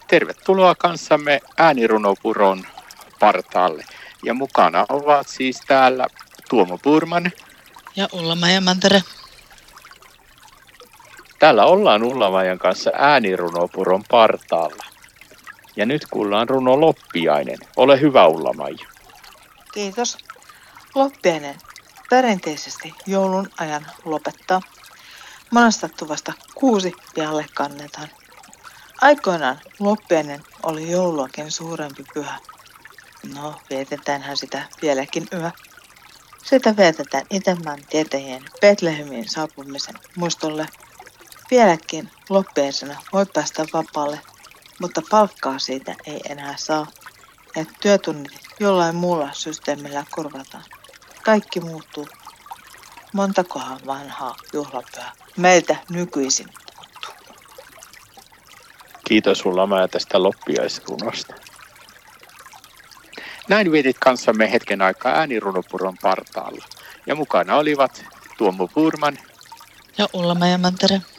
Tervetuloa kanssamme äänirunopuron partaalle. Ja mukana ovat siis täällä Tuomo Purman ja Ulla-Maija Mantere. Täällä ollaan Ulla-Maijan kanssa äänirunopuron partaalla. Ja nyt kuullaan runo Loppiainen. Ole hyvä, Ulla-Maija. Kiitos. Loppiainen perinteisesti joulun ajan lopettaa. Monesta tuvasta 6 pialle kannetaan. Aikoinaan loppiainen oli jouluakin suurempi pyhä. No, vietetäänhän sitä vieläkin yhä. Sitä vietetään Itämaan tietäjien Betlehemin saapumisen muistolle. Vieläkin loppiaisena voi päästä vapaalle, mutta palkkaa siitä ei enää saa. Ja työtunnit jollain muulla systeemillä korvataan. Kaikki muuttuu. Montakohan vanhaa juhlapyhää meiltä nykyisin puuttuu. Kiitos Ulla-Maija tästä loppiaisrunosta. Näin vietit kanssamme hetken aikaa äänirunopuron partaalla. Ja mukana olivat Tuomo Purman ja Ulla-Maija Mantere.